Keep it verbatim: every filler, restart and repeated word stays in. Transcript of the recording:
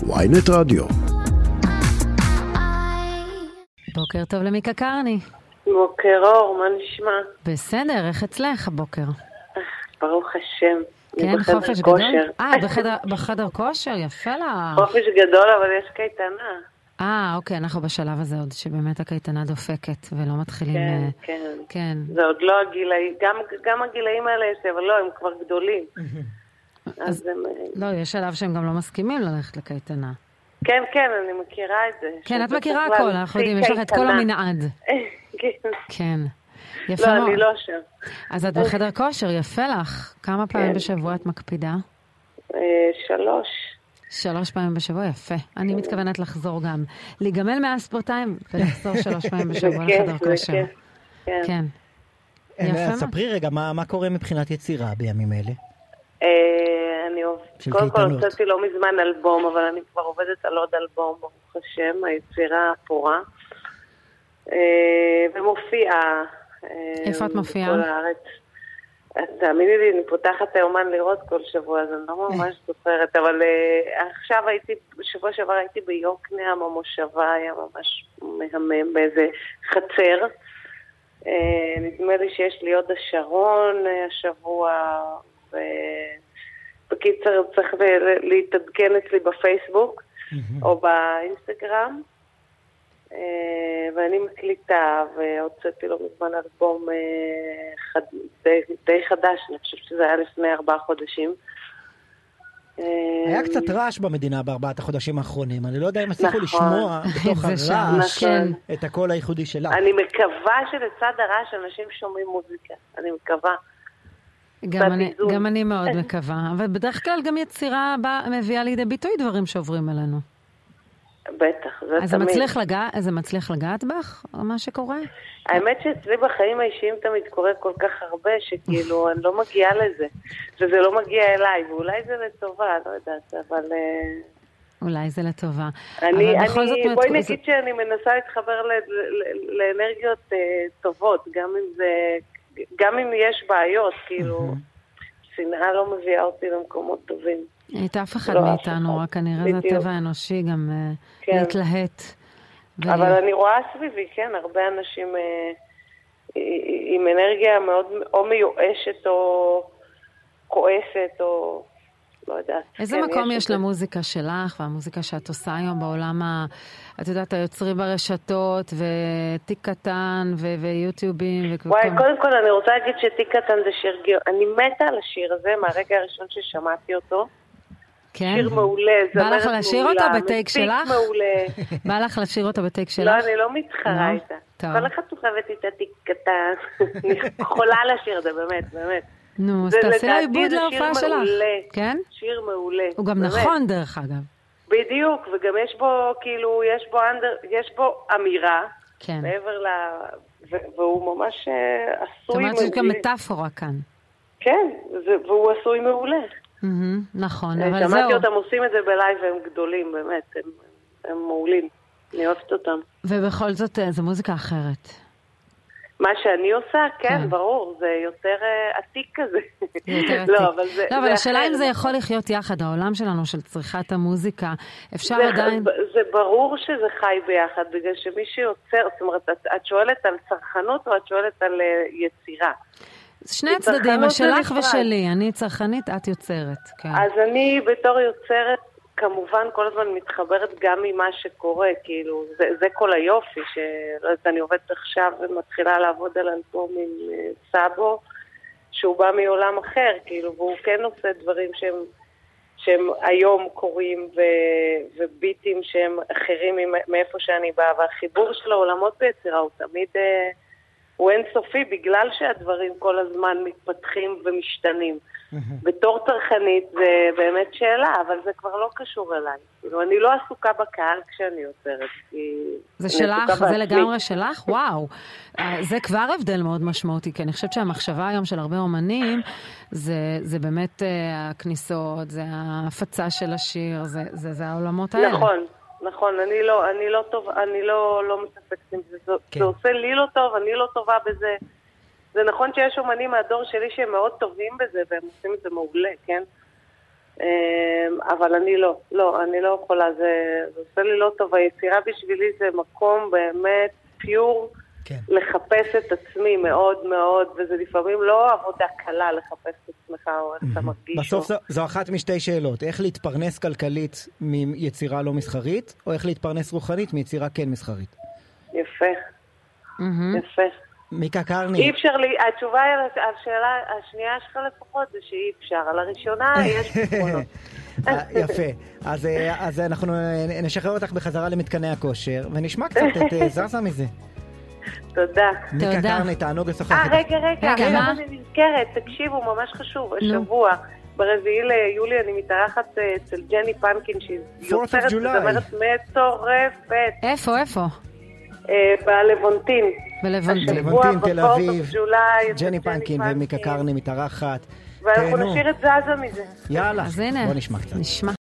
וויינט רדיו. בוקר טוב למיקה קרני. בוקר אור, מה נשמע? בסדר, איך אצלך הבוקר? ברוך השם. כן, חופש גדול? אה, בחדר, בחדר כושר, יפה לך. חופש גדול, אבל יש קייטנה. אה, אוקיי, אנחנו בשלב הזה עוד שבאמת הקייטנה דופקת ולא מתחילים... כן, uh, כן. כן. זה עוד לא הגילאים, גם, גם הגילאים האלה יש, אבל לא, הם כבר גדולים. אז הם... לא, יש שלב שהם גם לא מסכימים ללכת לקייטנה. כן, כן, אני מכירה את זה. כן, את מכירה הכל, אנחנו יודעים, יש לך את כל המנעד. כן. כן. יפה לא, מאוד. אני לא שם. אז את בחדר כושר, יפה לך. כמה פעמים כן. בשבוע את מקפידה? אה, שלוש. שלוש פעמים בשבוע, יפה. אני מתכוונת לחזור גם. להיגמל מהספורטיים ולחזור שלוש פעמים בשבוע לחדר כושר. כן. כן. יפה מאוד. ספרי רגע, מה קורה מבחינת יצירה בימים אלה? אני קודם כל הוצאתי לא מזמן אלבום, אבל אני כבר עובדת על עוד אלבום, ברוך השם, היצירה פורה. ומופיעה. איפה את מופיעה? בכל הארץ. תאמיני לי, אני פותחת היומן לראות כל שבוע, אז אני לא ממש זוכרת, אבל עכשיו הייתי, בשבוע שעבר הייתי ביוקנעם, המושבה היה ממש מהמם באיזה חצר. נדמה לי שיש לי עוד השרון השבוע, ובקיצר צריך להתעדכן אצלי בפייסבוק או באינסטגרם, ואני מקליטה והוצאתי לו מזמן אלבום חד, די, די חדש, אני חושבת שזה היה לפני ארבעה חודשים. היה קצת רעש במדינה בארבעת החודשים האחרונים, אני לא יודע אם הצליחו לשמוע בתוך הרעש את הקול הייחודי שלה. אני מקווה שלצד הרעש אנשים שומעים מוזיקה, אני מקווה. גם אני, גם אני מאוד מקווה, אבל בדרך כלל גם יצירה מביאה לידי ביטוי דברים שעוברים אלינו. בטח, זה אז תמיד. מצליח לגע, אז זה מצליח לגעת בך, מה שקורה? האמת שאצלי בחיים האישיים תמיד קורה כל כך הרבה, שכאילו אני לא מגיעה לזה, וזה לא מגיע אליי, ואולי זה לטובה, לא יודעת, אבל... אולי זה לטובה. אני, אני, בואי נגיד שאני מנסה להתחבר לאנרגיות טובות, גם אם זה, גם אם יש בעיות, כאילו, שנאה לא מביאה אותי למקומות טובים. את אף אחד מאיתנו, רק כנראה זה הטבע האנושי גם להתלהט. אבל אני רואה סביבי, כן, הרבה אנשים עם אנרגיה מאוד או מיואשת או כועסת או לא יודעת. איזה מקום יש למוזיקה שלך והמוזיקה שאת עושה היום בעולם, את יודעת, היוצרים ברשתות ותיק קטן ויוטיובים? וואי, קודם כל אני רוצה להגיד שתיק קטן זה שיר גאוני. אני מתה על השיר הזה מהרגע הראשון ששמעתי אותו. כן? שיר מעולה, זמרת מעולה. בא לך לשיר אותו בטייק שלך? מפיק מעולה. בא לך לשיר אותו בטייק שלך? לא, אני לא מתחרה איתה. כל אחד תוחבת איתה תיק קטן. אני חולה על השיר הזה, באמת, באמת. נו, אז תעשי לו עיבוד להופעה שלך. כן? שיר מעולה. הוא גם נכון דרך אגב. בדיוק, וגם יש בו, כאילו, יש בו, יש בו אמירה. כן. מעבר ל... והוא ממש עשוי מעולה. זאת אומרת שיש גם מטאפורה כאן. כן, והוא עשוי מעולה. נכון, אבל זהו. שמעתי אותם עושים את זה בלייב והם גדולים, באמת, הם מעולים. אני אוהבת אותם. ובכל זאת, זו מוזיקה אחרת. מה שאני עושה, כן, ברור, זה יותר עתיק כזה. יותר עתיק. לא, אבל השאלה אם זה יכול לחיות יחד, העולם שלנו של צריכת המוזיקה, אפשר עדיין... זה ברור שזה חי ביחד, בגלל שמי שיוצר, זאת אומרת, את שואלת על צרכנות או את שואלת על יצירה? שני הצדדים, שלך ושלי, אני צרכנית, את יוצרת. אז אני בתור יוצרת, כמובן כל הזמן מתחברת גם ממה שקורה, כאילו, זה, זה כל היופי, שאני עובדת עכשיו ומתחילה לעבוד על אלבום עם סאבו, שהוא בא מעולם אחר, כאילו, והוא כן עושה דברים שהם, שהם היום קוראים, ו, וביטים שהם אחרים מאיפה שאני באה, והחיבור של העולמות ביצירה הוא תמיד... הוא אינסופי, בגלל שהדברים כל הזמן מתפתחים ומשתנים. בתור צרכנית זה באמת שאלה, אבל זה כבר לא קשור אליי. כאילו, אני לא עסוקה בקהל כשאני יוצרת. זה שלך? זה לגמרי שלך? וואו. זה כבר הבדל מאוד משמעותי, כי אני חושבת שהמחשבה היום של הרבה אומנים, זה, זה באמת הכניסות, זה ההפצה של השיר, זה, זה, זה העולמות האלה. נכון. נכון, אני לא, אני לא טוב, אני לא, לא מתעסקת עם זה. כן. זה עושה לי לא טוב, אני לא טובה בזה. זה נכון שיש אומנים מהדור שלי שהם מאוד טובים בזה, והם עושים את זה מעולה, כן? אבל אני לא, לא, אני לא יכולה, זה, זה עושה לי לא טוב. היצירה בשבילי זה מקום באמת פיור, כן. לחפש את עצמי מאוד מאוד, וזה לפעמים לא עבודה קלה לחפש את עצמך או איך אתה מרגיש. בסוף זו, זו אחת משתי שאלות, איך להתפרנס כלכלית מיצירה לא מסחרית, או איך להתפרנס רוחנית מיצירה כן מסחרית? יפה, יפה. מיקה קרני. אי אפשר לי, התשובה על השאלה השנייה שלך לפחות זה שאי אפשר, על הראשונה יש פתרונות. יפה, אז, אז אנחנו נשחרר אותך בחזרה למתקני הכושר, ונשמע קצת את זזה מזה. תודה. מיקה קרני, תענוג לשוחח. אה, רגע, רגע, עכשיו אני נזכרת, תקשיבו, ממש חשוב, השבוע, ברביעי ליולי אני מתארחת אצל ג'ני פנקין, שהיא יוצרת וזמרת מטורפת. איפה, איפה? בלוונטין. בלוונטין, תל אביב, ג'ני פנקין ומיקה קרני מתארחת. ואנחנו נשאיר את זזה מזה. יאללה, בוא נשמע קצת. נשמע.